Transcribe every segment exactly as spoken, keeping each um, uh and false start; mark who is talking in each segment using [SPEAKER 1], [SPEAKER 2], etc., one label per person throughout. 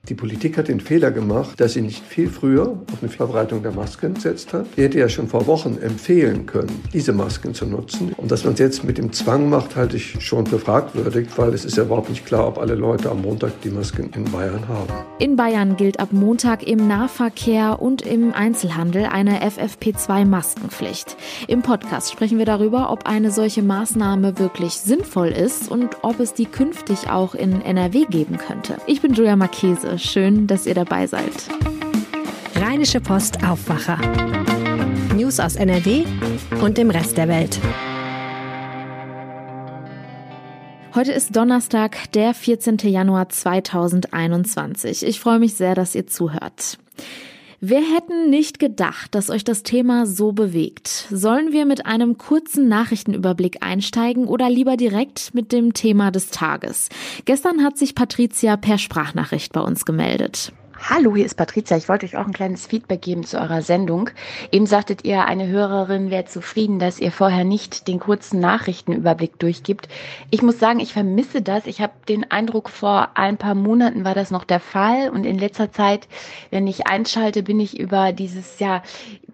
[SPEAKER 1] Die Politik hat den Fehler gemacht, dass sie nicht viel früher auf eine Verbreitung der Masken gesetzt hat. Sie hätte ja schon vor Wochen empfehlen können, diese Masken zu nutzen. Und dass man es jetzt mit dem Zwang macht, halte ich schon für fragwürdig, weil es ist ja überhaupt nicht klar, ob alle Leute am Montag die Masken in Bayern haben.
[SPEAKER 2] In Bayern gilt ab Montag im Nahverkehr und im Einzelhandel eine F F P zwei Maskenpflicht. Im Podcast sprechen wir darüber, ob eine solche Maßnahme wirklich sinnvoll ist und ob es die künftig auch in N R W geben könnte. Ich bin Julia Marchese. Schön, dass ihr dabei seid.
[SPEAKER 3] Rheinische Post Aufwacher. News aus N R W und dem Rest der Welt.
[SPEAKER 2] Heute ist Donnerstag, der vierzehnten Januar zweitausendeinundzwanzig. Ich freue mich sehr, dass ihr zuhört. Wir hätten nicht gedacht, dass euch das Thema so bewegt. Sollen wir mit einem kurzen Nachrichtenüberblick einsteigen oder lieber direkt mit dem Thema des Tages? Gestern hat sich Patricia per Sprachnachricht bei uns gemeldet.
[SPEAKER 4] Hallo, hier ist Patricia. Ich wollte euch auch ein kleines Feedback geben zu eurer Sendung. Eben sagtet ihr, eine Hörerin wäre zufrieden, dass ihr vorher nicht den kurzen Nachrichtenüberblick durchgibt. Ich muss sagen, ich vermisse das. Ich habe den Eindruck, vor ein paar Monaten war das noch der Fall. Und in letzter Zeit, wenn ich einschalte, bin ich über dieses, ja,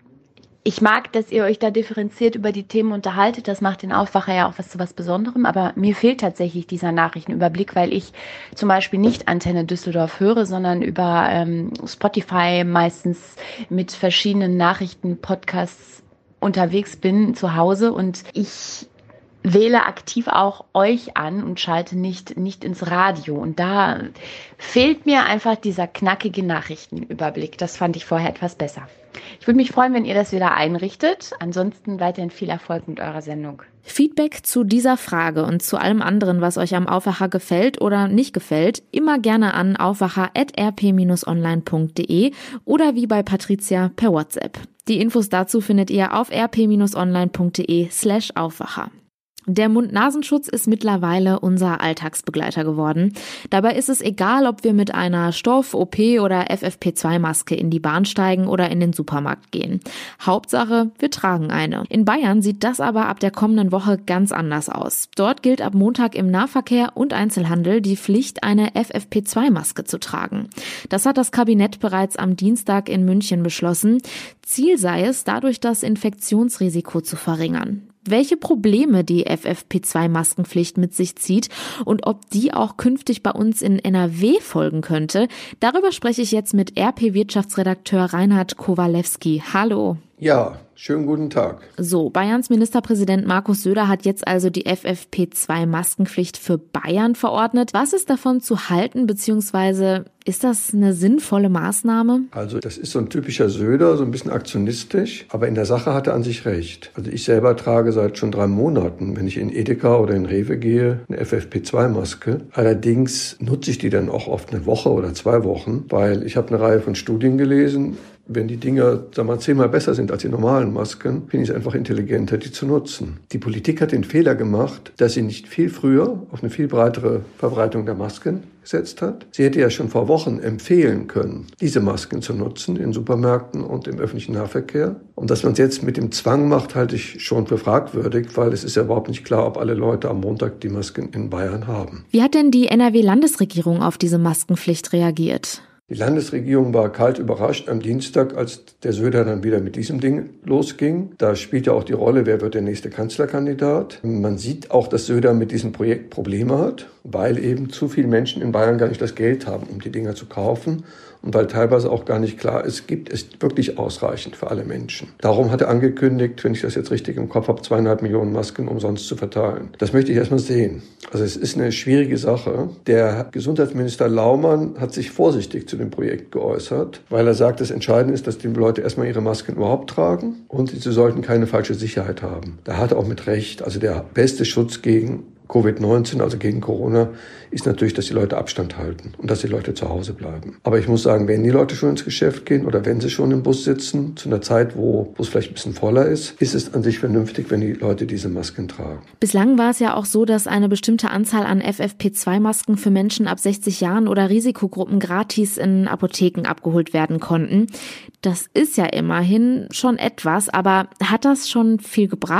[SPEAKER 4] ich mag, dass ihr euch da differenziert über die Themen unterhaltet. Das macht den Aufwacher ja auch was zu was Besonderem. Aber mir fehlt tatsächlich dieser Nachrichtenüberblick, weil ich zum Beispiel nicht Antenne Düsseldorf höre, sondern über ähm, Spotify meistens mit verschiedenen Nachrichtenpodcasts unterwegs bin zu Hause. Und ich wähle aktiv auch euch an und schalte nicht, nicht ins Radio. Und da fehlt mir einfach dieser knackige Nachrichtenüberblick. Das fand ich vorher etwas besser. Ich würde mich freuen, wenn ihr das wieder einrichtet. Ansonsten weiterhin viel Erfolg mit eurer Sendung.
[SPEAKER 2] Feedback zu dieser Frage und zu allem anderen, was euch am Aufwacher gefällt oder nicht gefällt, immer gerne an aufwacher at r p dash online punkt d e oder wie bei Patricia per WhatsApp. Die Infos dazu findet ihr auf r p dash online punkt d e slash aufwacher. Der Mund-Nasenschutz ist mittlerweile unser Alltagsbegleiter geworden. Dabei ist es egal, ob wir mit einer Stoff-, O P- oder F F P zwei Maske in die Bahn steigen oder in den Supermarkt gehen. Hauptsache, wir tragen eine. In Bayern sieht das aber ab der kommenden Woche ganz anders aus. Dort gilt ab Montag im Nahverkehr und Einzelhandel die Pflicht, eine F F P zwei Maske zu tragen. Das hat das Kabinett bereits am Dienstag in München beschlossen. Ziel sei es, dadurch das Infektionsrisiko zu verringern. Welche Probleme die F F P zwei Maskenpflicht mit sich zieht und ob die auch künftig bei uns in N R W folgen könnte, darüber spreche ich jetzt mit R P-Wirtschaftsredakteur Reinhard Kowalewski. Hallo.
[SPEAKER 1] Ja, schönen guten Tag.
[SPEAKER 2] So, Bayerns Ministerpräsident Markus Söder hat jetzt also die F F P zwei Maskenpflicht für Bayern verordnet. Was ist davon zu halten, beziehungsweise ist das eine sinnvolle Maßnahme?
[SPEAKER 1] Also das ist so ein typischer Söder, so ein bisschen aktionistisch, aber in der Sache hat er an sich recht. Also ich selber trage seit schon drei Monaten, wenn ich in Edeka oder in Rewe gehe, eine F F P zwei Maske. Allerdings nutze ich die dann auch oft eine Woche oder zwei Wochen, weil ich habe eine Reihe von Studien gelesen. Wenn die Dinger, sagen wir mal, zehnmal besser sind als die normalen Masken, finde ich es einfach intelligenter, die zu nutzen. Die Politik hat den Fehler gemacht, dass sie nicht viel früher auf eine viel breitere Verbreitung der Masken gesetzt hat. Sie hätte ja schon vor Wochen empfehlen können, diese Masken zu nutzen in Supermärkten und im öffentlichen Nahverkehr. Und dass man es jetzt mit dem Zwang macht, halte ich schon für fragwürdig, weil es ist ja überhaupt nicht klar, ob alle Leute am Montag die Masken in Bayern haben.
[SPEAKER 2] Wie hat denn die N R W-Landesregierung auf diese Maskenpflicht reagiert?
[SPEAKER 1] Die Landesregierung war kalt überrascht am Dienstag, als der Söder dann wieder mit diesem Ding losging. Da spielt ja auch die Rolle, wer wird der nächste Kanzlerkandidat. Man sieht auch, dass Söder mit diesem Projekt Probleme hat, weil eben zu viele Menschen in Bayern gar nicht das Geld haben, um die Dinger zu kaufen. Und weil teilweise auch gar nicht klar ist, gibt es wirklich ausreichend für alle Menschen. Darum hat er angekündigt, wenn ich das jetzt richtig im Kopf habe, zweieinhalb Millionen Masken umsonst zu verteilen. Das möchte ich erstmal sehen. Also es ist eine schwierige Sache. Der Gesundheitsminister Laumann hat sich vorsichtig zu dem Projekt geäußert, weil er sagt, das Entscheidende ist, dass die Leute erstmal ihre Masken überhaupt tragen und sie sollten keine falsche Sicherheit haben. Da hat er auch mit Recht. Also der beste Schutz gegen Covid neunzehn, also gegen Corona, ist natürlich, dass die Leute Abstand halten und dass die Leute zu Hause bleiben. Aber ich muss sagen, wenn die Leute schon ins Geschäft gehen oder wenn sie schon im Bus sitzen, zu einer Zeit, wo, wo es vielleicht ein bisschen voller ist, ist es an sich vernünftig, wenn die Leute diese Masken tragen.
[SPEAKER 2] Bislang war es ja auch so, dass eine bestimmte Anzahl an F F P zwei Masken für Menschen ab sechzig Jahren oder Risikogruppen gratis in Apotheken abgeholt werden konnten. Das ist ja immerhin schon etwas, aber hat das schon viel gebracht?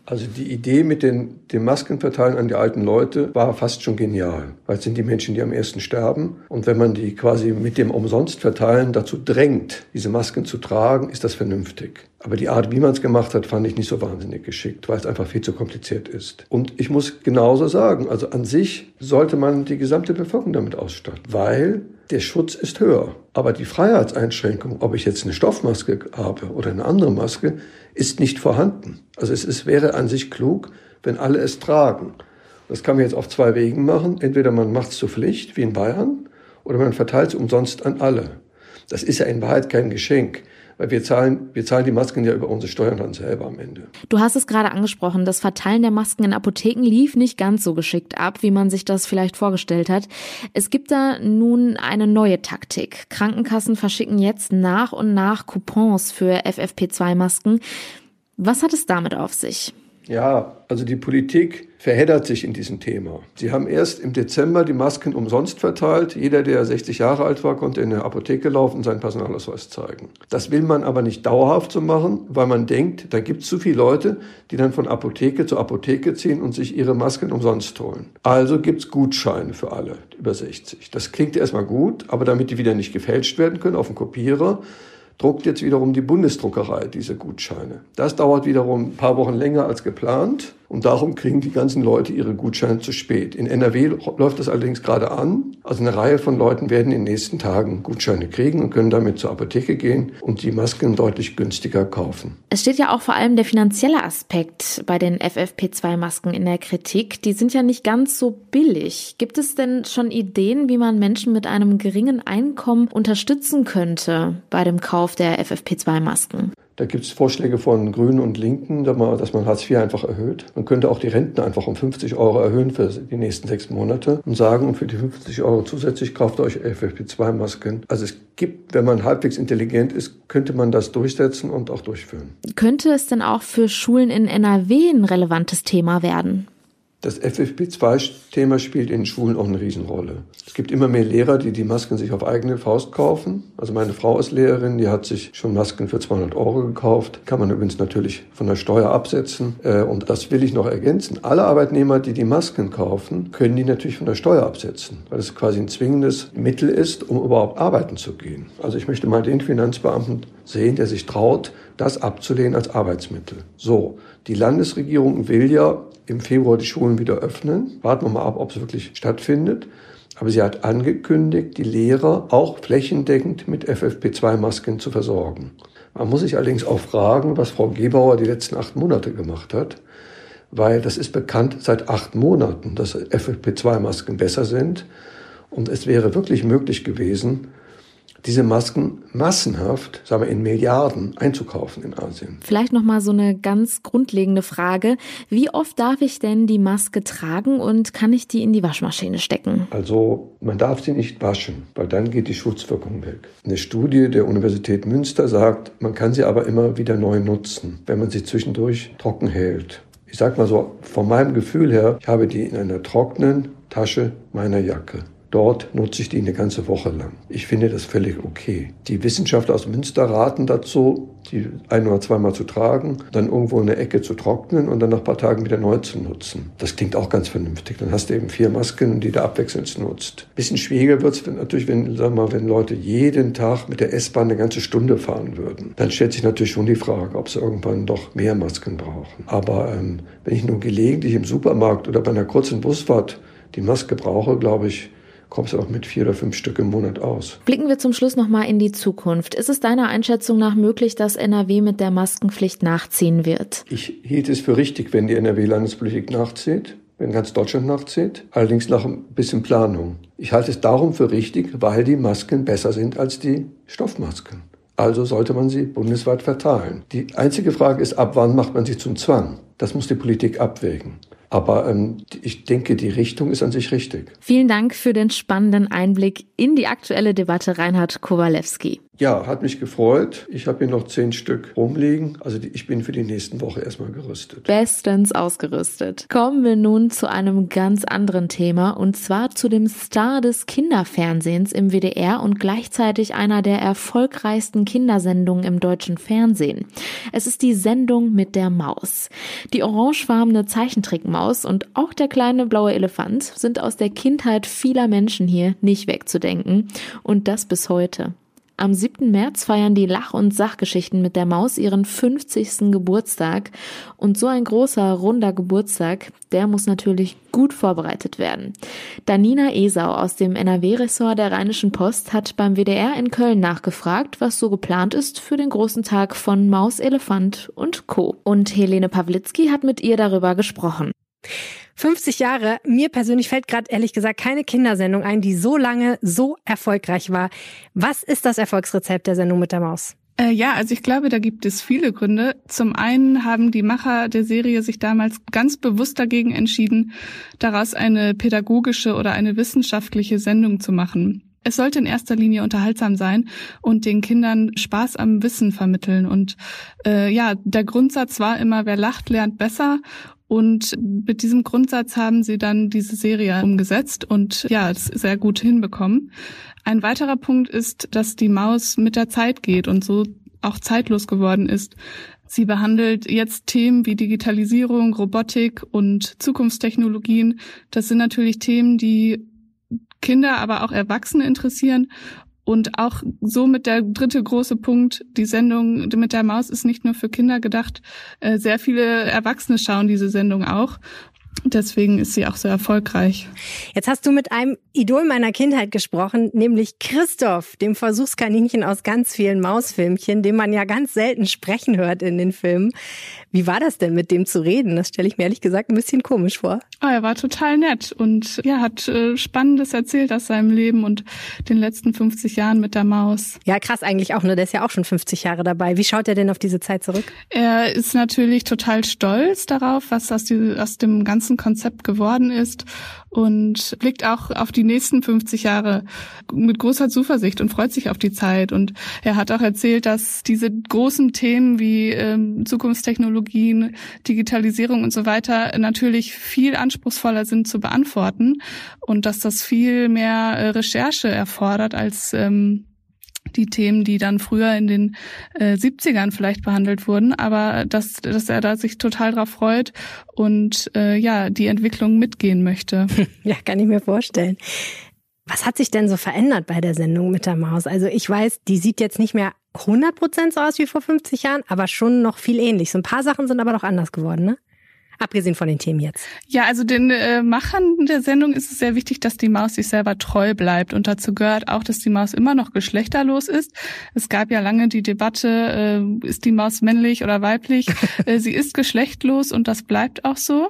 [SPEAKER 1] Also die Idee mit den, den Maskenverteilen an die alten Leute war fast schon genial, weil es sind die Menschen, die am ersten sterben. Und wenn man die quasi mit dem Umsonstverteilen dazu drängt, diese Masken zu tragen, ist das vernünftig. Aber die Art, wie man es gemacht hat, fand ich nicht so wahnsinnig geschickt, weil es einfach viel zu kompliziert ist. Und ich muss genauso sagen, also an sich sollte man die gesamte Bevölkerung damit ausstatten, weil der Schutz ist höher. Aber die Freiheitseinschränkung, ob ich jetzt eine Stoffmaske habe oder eine andere Maske, ist nicht vorhanden. Also es ist, wäre an sich klug, wenn alle es tragen. Das kann man jetzt auf zwei Wegen machen. Entweder man macht es zur Pflicht, wie in Bayern, oder man verteilt es umsonst an alle. Das ist ja in Wahrheit kein Geschenk. Weil wir zahlen, wir zahlen die Masken ja über unsere Steuern dann selber am Ende.
[SPEAKER 2] Du hast es gerade angesprochen, das Verteilen der Masken in Apotheken lief nicht ganz so geschickt ab, wie man sich das vielleicht vorgestellt hat. Es gibt da nun eine neue Taktik. Krankenkassen verschicken jetzt nach und nach Coupons für F F P zwei Masken. Was hat es damit auf sich?
[SPEAKER 1] Ja, also die Politik verheddert sich in diesem Thema. Sie haben erst im Dezember die Masken umsonst verteilt. Jeder, der sechzig Jahre alt war, konnte in eine Apotheke laufen und seinen Personalausweis zeigen. Das will man aber nicht dauerhaft so machen, weil man denkt, da gibt es zu viele Leute, die dann von Apotheke zu Apotheke ziehen und sich ihre Masken umsonst holen. Also gibt es Gutscheine für alle über sechzig. Das klingt erstmal gut, aber damit die wieder nicht gefälscht werden können auf dem Kopierer, druckt jetzt wiederum die Bundesdruckerei diese Gutscheine. Das dauert wiederum ein paar Wochen länger als geplant und darum kriegen die ganzen Leute ihre Gutscheine zu spät. In N R W läuft das allerdings gerade an. Also eine Reihe von Leuten werden in den nächsten Tagen Gutscheine kriegen und können damit zur Apotheke gehen und die Masken deutlich günstiger kaufen.
[SPEAKER 2] Es steht ja auch vor allem der finanzielle Aspekt bei den F F P zwei Masken in der Kritik. Die sind ja nicht ganz so billig. Gibt es denn schon Ideen, wie man Menschen mit einem geringen Einkommen unterstützen könnte bei dem Kauf der F F P zwei Masken?
[SPEAKER 1] Da gibt es Vorschläge von Grünen und Linken, dass man Hartz vier einfach erhöht. Man könnte auch die Renten einfach um fünfzig Euro erhöhen für die nächsten sechs Monate und sagen, für die fünfzig Euro zusätzlich kauft euch F F P zwei Masken. Also es gibt, wenn man halbwegs intelligent ist, könnte man das durchsetzen und auch durchführen.
[SPEAKER 2] Könnte es denn auch für Schulen in N R W ein relevantes Thema werden?
[SPEAKER 1] Das F F P zwei Thema spielt in Schulen auch eine Riesenrolle. Es gibt immer mehr Lehrer, die die Masken sich auf eigene Faust kaufen. Also meine Frau ist Lehrerin, die hat sich schon Masken für zweihundert Euro gekauft. Kann man übrigens natürlich von der Steuer absetzen. Und das will ich noch ergänzen. Alle Arbeitnehmer, die die Masken kaufen, können die natürlich von der Steuer absetzen, weil es quasi ein zwingendes Mittel ist, um überhaupt arbeiten zu gehen. Also ich möchte mal den Finanzbeamten sehen, der sich traut, das abzulehnen als Arbeitsmittel. So, die Landesregierung will ja im Februar die Schulen wieder öffnen. Warten wir mal ab, ob es wirklich stattfindet. Aber sie hat angekündigt, die Lehrer auch flächendeckend mit F F P zwei Masken zu versorgen. Man muss sich allerdings auch fragen, was Frau Gebauer die letzten acht Monate gemacht hat. Weil das ist bekannt seit acht Monaten, dass F F P zwei Masken besser sind. Und es wäre wirklich möglich gewesen, diese Masken massenhaft, sagen wir in Milliarden, einzukaufen in Asien.
[SPEAKER 2] Vielleicht nochmal so eine ganz grundlegende Frage. Wie oft darf ich denn die Maske tragen und kann ich die in die Waschmaschine stecken?
[SPEAKER 1] Also man darf sie nicht waschen, weil dann geht die Schutzwirkung weg. Eine Studie der Universität Münster sagt, man kann sie aber immer wieder neu nutzen, wenn man sie zwischendurch trocken hält. Ich sag mal so, von meinem Gefühl her, ich habe die in einer trockenen Tasche meiner Jacke. Dort nutze ich die eine ganze Woche lang. Ich finde das völlig okay. Die Wissenschaftler aus Münster raten dazu, die ein- oder zweimal zu tragen, dann irgendwo in der Ecke zu trocknen und dann nach ein paar Tagen wieder neu zu nutzen. Das klingt auch ganz vernünftig. Dann hast du eben vier Masken, die du abwechselnd nutzt. Bisschen schwieriger wird es natürlich, wenn, sagen wir mal, wenn Leute jeden Tag mit der S-Bahn eine ganze Stunde fahren würden. Dann stellt sich natürlich schon die Frage, ob sie irgendwann doch mehr Masken brauchen. Aber ähm, wenn ich nur gelegentlich im Supermarkt oder bei einer kurzen Busfahrt die Maske brauche, glaube ich, kommst du auch mit vier oder fünf Stück im Monat aus.
[SPEAKER 2] Blicken wir zum Schluss nochmal in die Zukunft. Ist es deiner Einschätzung nach möglich, dass N R W mit der Maskenpflicht nachziehen wird?
[SPEAKER 1] Ich hielt es für richtig, wenn die N R W-Landespolitik nachzieht, wenn ganz Deutschland nachzieht, allerdings nach ein bisschen Planung. Ich halte es darum für richtig, weil die Masken besser sind als die Stoffmasken. Also sollte man sie bundesweit verteilen. Die einzige Frage ist, ab wann macht man sie zum Zwang? Das muss die Politik abwägen. Aber ähm, ich denke, die Richtung ist an sich richtig.
[SPEAKER 2] Vielen Dank für den spannenden Einblick in die aktuelle Debatte, Reinhard Kowalewski.
[SPEAKER 1] Ja, hat mich gefreut. Ich habe hier noch zehn Stück rumliegen. Also die, ich bin für die nächsten Woche erstmal gerüstet.
[SPEAKER 2] Bestens ausgerüstet. Kommen wir nun zu einem ganz anderen Thema und zwar zu dem Star des Kinderfernsehens im W D R und gleichzeitig einer der erfolgreichsten Kindersendungen im deutschen Fernsehen. Es ist die Sendung mit der Maus. Die orangefarbene Zeichentrickmaus und auch der kleine blaue Elefant sind aus der Kindheit vieler Menschen hier nicht wegzudenken und das bis heute. Am siebten März feiern die Lach- und Sachgeschichten mit der Maus ihren fünfzigsten Geburtstag. Und so ein großer, runder Geburtstag, der muss natürlich gut vorbereitet werden. Danina Esau aus dem N R W-Ressort der Rheinischen Post hat beim W D R in Köln nachgefragt, was so geplant ist für den großen Tag von Maus, Elefant und Co. Und Helene Pawlitzki hat mit ihr darüber gesprochen.
[SPEAKER 3] fünfzig Jahre, mir persönlich fällt gerade ehrlich gesagt keine Kindersendung ein, die so lange so erfolgreich war. Was ist das Erfolgsrezept der Sendung mit der Maus?
[SPEAKER 5] Äh, ja, also ich glaube, da gibt es viele Gründe. Zum einen haben die Macher der Serie sich damals ganz bewusst dagegen entschieden, daraus eine pädagogische oder eine wissenschaftliche Sendung zu machen. Es sollte in erster Linie unterhaltsam sein und den Kindern Spaß am Wissen vermitteln. Und äh, ja, der Grundsatz war immer, wer lacht, lernt besser. Und mit diesem Grundsatz haben sie dann diese Serie umgesetzt und ja, es sehr gut hinbekommen. Ein weiterer Punkt ist, dass die Maus mit der Zeit geht und so auch zeitlos geworden ist. Sie behandelt jetzt Themen wie Digitalisierung, Robotik und Zukunftstechnologien. Das sind natürlich Themen, die Kinder, aber auch Erwachsene interessieren. Und auch somit der dritte große Punkt, die Sendung mit der Maus ist nicht nur für Kinder gedacht. Sehr viele Erwachsene schauen diese Sendung auch. Deswegen ist sie auch so erfolgreich.
[SPEAKER 3] Jetzt hast du mit einem Idol meiner Kindheit gesprochen, nämlich Christoph, dem Versuchskaninchen aus ganz vielen Mausfilmchen, den man ja ganz selten sprechen hört in den Filmen. Wie war das denn, mit dem zu reden? Das stelle ich mir ehrlich gesagt ein bisschen komisch vor.
[SPEAKER 5] Oh, er war total nett und ja, hat äh, Spannendes erzählt aus seinem Leben und den letzten fünfzig Jahren mit der Maus.
[SPEAKER 3] Ja, krass eigentlich auch, ne? Der ist ja auch schon fünfzig Jahre dabei. Wie schaut er denn auf diese Zeit zurück?
[SPEAKER 5] Er ist natürlich total stolz darauf, was aus, die, aus dem ganzen Konzept geworden ist und blickt auch auf die nächsten fünfzig Jahre mit großer Zuversicht und freut sich auf die Zeit. Und er hat auch erzählt, dass diese großen Themen wie ähm, Zukunftstechnologien, Digitalisierung und so weiter natürlich viel anspruchsvoller sind zu beantworten und dass das viel mehr äh, Recherche erfordert als ähm, die Themen, die dann früher in den äh, siebzigern vielleicht behandelt wurden, aber dass, dass er da sich total drauf freut und äh, ja die Entwicklung mitgehen möchte.
[SPEAKER 3] Ja, kann ich mir vorstellen. Was hat sich denn so verändert bei der Sendung mit der Maus? Also ich weiß, die sieht jetzt nicht mehr hundert Prozent so aus wie vor fünfzig Jahren, aber schon noch viel ähnlich. So ein paar Sachen sind aber doch anders geworden, ne? Abgesehen von den Themen jetzt.
[SPEAKER 5] Ja, also den äh, Machern der Sendung ist es sehr wichtig, dass die Maus sich selber treu bleibt. Und dazu gehört auch, dass die Maus immer noch geschlechterlos ist. Es gab ja lange die Debatte, äh, ist die Maus männlich oder weiblich? äh, sie ist geschlechtlos und das bleibt auch so.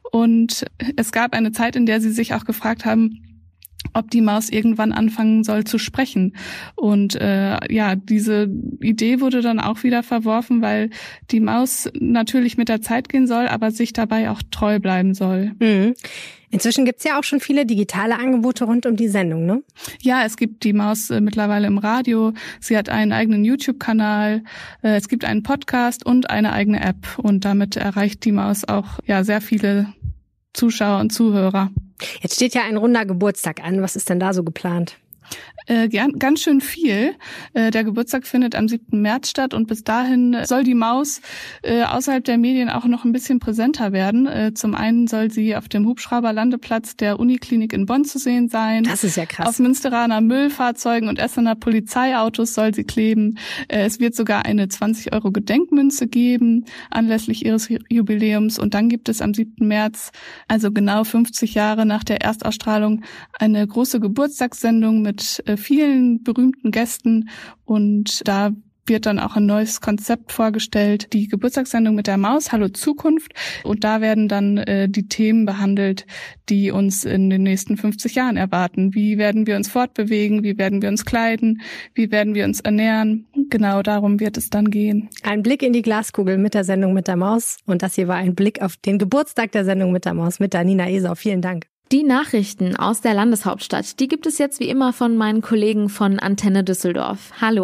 [SPEAKER 5] Und es gab eine Zeit, in der sie sich auch gefragt haben, ob die Maus irgendwann anfangen soll zu sprechen. Und äh, ja, diese Idee wurde dann auch wieder verworfen, weil die Maus natürlich mit der Zeit gehen soll, aber sich dabei auch treu bleiben soll.
[SPEAKER 3] Mhm. Inzwischen gibt's ja auch schon viele digitale Angebote rund um die Sendung, ne?
[SPEAKER 5] Ja, es gibt die Maus äh, mittlerweile im Radio. Sie hat einen eigenen YouTube-Kanal. Äh, es gibt einen Podcast und eine eigene App. Und damit erreicht die Maus auch ja sehr viele Zuschauer und Zuhörer.
[SPEAKER 3] Jetzt steht ja ein runder Geburtstag an. Was ist denn da so geplant?
[SPEAKER 5] Äh, gern, ganz schön viel. Äh, der Geburtstag findet am siebten März statt und bis dahin soll die Maus äh, außerhalb der Medien auch noch ein bisschen präsenter werden. Äh, zum einen soll sie auf dem Hubschrauberlandeplatz der Uniklinik in Bonn zu sehen sein.
[SPEAKER 3] Das ist ja krass.
[SPEAKER 5] Auf Münsteraner Müllfahrzeugen und Essener Polizeiautos soll sie kleben. Äh, es wird sogar eine zwanzig Euro Gedenkmünze geben anlässlich ihres Jubiläums. Und dann gibt es am siebten März, also genau fünfzig Jahre nach der Erstausstrahlung, eine große Geburtstagssendung mit vielen berühmten Gästen und da wird dann auch ein neues Konzept vorgestellt, die Geburtstagssendung mit der Maus, Hallo Zukunft. Und da werden dann äh, die Themen behandelt, die uns in den nächsten fünfzig Jahren erwarten. Wie werden wir uns fortbewegen? Wie werden wir uns kleiden? Wie werden wir uns ernähren? Genau darum wird es dann gehen.
[SPEAKER 3] Ein Blick in die Glaskugel mit der Sendung mit der Maus. Und das hier war ein Blick auf den Geburtstag der Sendung mit der Maus mit Danina Esau. Vielen Dank.
[SPEAKER 2] Die Nachrichten aus der Landeshauptstadt, die gibt es jetzt wie immer von meinen Kollegen von Antenne Düsseldorf. Hallo.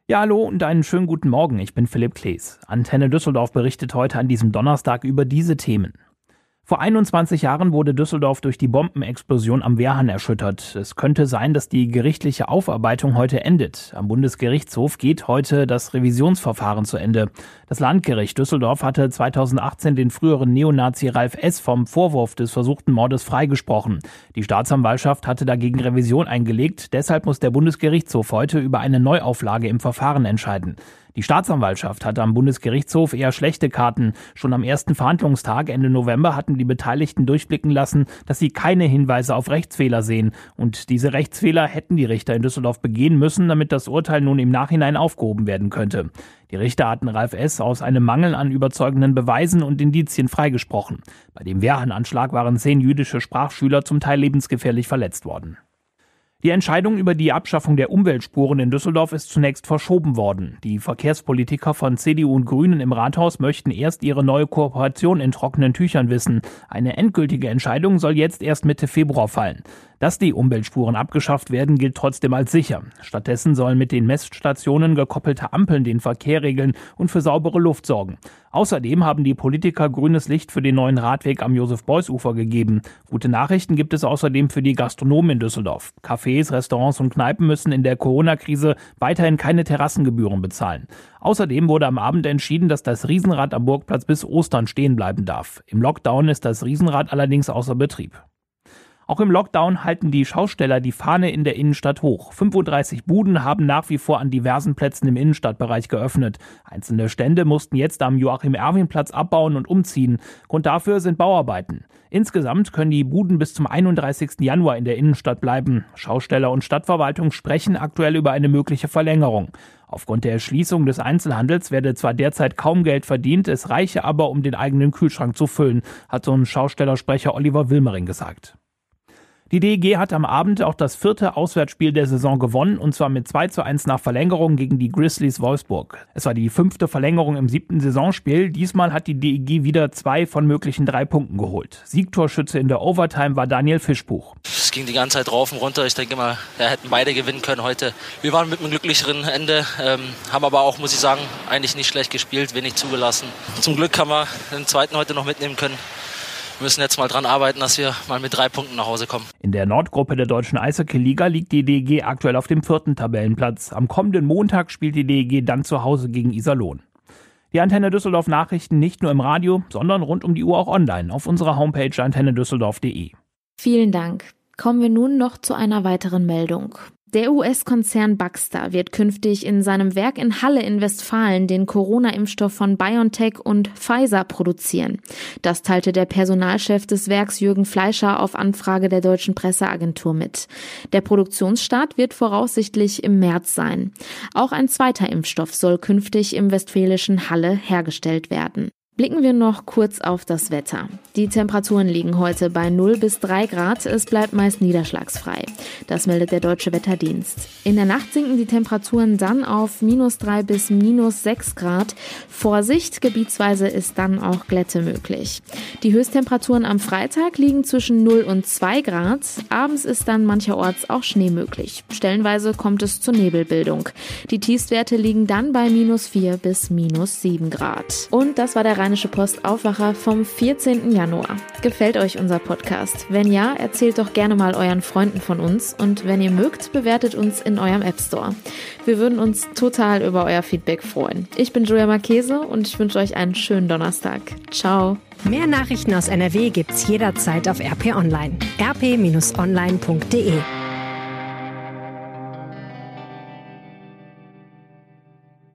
[SPEAKER 6] Ja, hallo und einen schönen guten Morgen. Ich bin Philipp Klees. Antenne Düsseldorf berichtet heute an diesem Donnerstag über diese Themen. Vor einundzwanzig Jahren wurde Düsseldorf durch die Bombenexplosion am Wehrhahn erschüttert. Es könnte sein, dass die gerichtliche Aufarbeitung heute endet. Am Bundesgerichtshof geht heute das Revisionsverfahren zu Ende. Das Landgericht Düsseldorf hatte zweitausendachtzehn den früheren Neonazi Ralf S. vom Vorwurf des versuchten Mordes freigesprochen. Die Staatsanwaltschaft hatte dagegen Revision eingelegt. Deshalb muss der Bundesgerichtshof heute über eine Neuauflage im Verfahren entscheiden. Die Staatsanwaltschaft hatte am Bundesgerichtshof eher schlechte Karten. Schon am ersten Verhandlungstag Ende November hatten die Beteiligten durchblicken lassen, dass sie keine Hinweise auf Rechtsfehler sehen. Und diese Rechtsfehler hätten die Richter in Düsseldorf begehen müssen, damit das Urteil nun im Nachhinein aufgehoben werden könnte. Die Richter hatten Ralf S. aus einem Mangel an überzeugenden Beweisen und Indizien freigesprochen. Bei dem Wehrhahn-Anschlag waren zehn jüdische Sprachschüler zum Teil lebensgefährlich verletzt worden. Die Entscheidung über die Abschaffung der Umweltspuren in Düsseldorf ist zunächst verschoben worden. Die Verkehrspolitiker von C D U und Grünen im Rathaus möchten erst ihre neue Kooperation in trockenen Tüchern wissen. Eine endgültige Entscheidung soll jetzt erst Mitte Februar fallen. Dass die Umweltspuren abgeschafft werden, gilt trotzdem als sicher. Stattdessen sollen mit den Messstationen gekoppelte Ampeln den Verkehr regeln und für saubere Luft sorgen. Außerdem haben die Politiker grünes Licht für den neuen Radweg am Josef-Beuys-Ufer gegeben. Gute Nachrichten gibt es außerdem für die Gastronomen in Düsseldorf. Cafés, Restaurants und Kneipen müssen in der Corona-Krise weiterhin keine Terrassengebühren bezahlen. Außerdem wurde am Abend entschieden, dass das Riesenrad am Burgplatz bis Ostern stehen bleiben darf. Im Lockdown ist das Riesenrad allerdings außer Betrieb. Auch im Lockdown halten die Schausteller die Fahne in der Innenstadt hoch. fünfunddreißig Buden haben nach wie vor an diversen Plätzen im Innenstadtbereich geöffnet. Einzelne Stände mussten jetzt am Joachim-Erwin-Platz abbauen und umziehen. Grund dafür sind Bauarbeiten. Insgesamt können die Buden bis zum einunddreißigsten Januar in der Innenstadt bleiben. Schausteller und Stadtverwaltung sprechen aktuell über eine mögliche Verlängerung. Aufgrund der Schließung des Einzelhandels werde zwar derzeit kaum Geld verdient, es reiche aber, um den eigenen Kühlschrank zu füllen, hat so ein Schaustellersprecher Oliver Wilmering gesagt. Die D E G hat am Abend auch das vierte Auswärtsspiel der Saison gewonnen, und zwar mit zwei zu eins nach Verlängerung gegen die Grizzlies Wolfsburg. Es war die fünfte Verlängerung im siebten Saisonspiel. Diesmal hat die D E G wieder zwei von möglichen drei Punkten geholt. Siegtorschütze in der Overtime war Daniel Fischbuch.
[SPEAKER 7] Es ging die ganze Zeit rauf und runter. Ich denke mal, da hätten beide gewinnen können heute. Wir waren mit einem glücklicheren Ende, ähm, haben aber auch, muss ich sagen, eigentlich nicht schlecht gespielt, wenig zugelassen. Zum Glück haben wir den zweiten heute noch mitnehmen können. Wir müssen jetzt mal dran arbeiten, dass wir mal mit drei Punkten nach Hause kommen.
[SPEAKER 6] In der Nordgruppe der Deutschen Eishockey-Liga liegt die D E G aktuell auf dem vierten Tabellenplatz. Am kommenden Montag spielt die D E G dann zu Hause gegen Iserlohn. Die Antenne Düsseldorf Nachrichten nicht nur im Radio, sondern rund um die Uhr auch online auf unserer Homepage antenne düsseldorf punkt de.
[SPEAKER 2] Vielen Dank. Kommen wir nun noch zu einer weiteren Meldung. Der U S-Konzern Baxter wird künftig in seinem Werk in Halle in Westfalen den Corona-Impfstoff von BioNTech und Pfizer produzieren. Das teilte der Personalchef des Werks Jürgen Fleischer auf Anfrage der deutschen Presseagentur mit. Der Produktionsstart wird voraussichtlich im März sein. Auch ein zweiter Impfstoff soll künftig im westfälischen Halle hergestellt werden. Blicken wir noch kurz auf das Wetter. Die Temperaturen liegen heute bei null bis drei Grad. Es bleibt meist niederschlagsfrei. Das meldet der Deutsche Wetterdienst. In der Nacht sinken die Temperaturen dann auf minus drei bis minus sechs Grad. Vorsicht, gebietsweise ist dann auch Glätte möglich. Die Höchsttemperaturen am Freitag liegen zwischen null und zwei Grad. Abends ist dann mancherorts auch Schnee möglich. Stellenweise kommt es zur Nebelbildung. Die Tiefstwerte liegen dann bei minus vier bis minus sieben Grad. Und das war der Rheinische Post Aufwacher vom vierzehnten Januar. Gefällt euch unser Podcast? Wenn ja, erzählt doch gerne mal euren Freunden von uns, und wenn ihr mögt, bewertet uns in eurem App Store. Wir würden uns total über euer Feedback freuen. Ich bin Julia Marchese und ich wünsche euch einen schönen Donnerstag. Ciao.
[SPEAKER 3] Mehr Nachrichten aus N R W gibt's jederzeit auf R P Online. r p Bindestrich online punkt de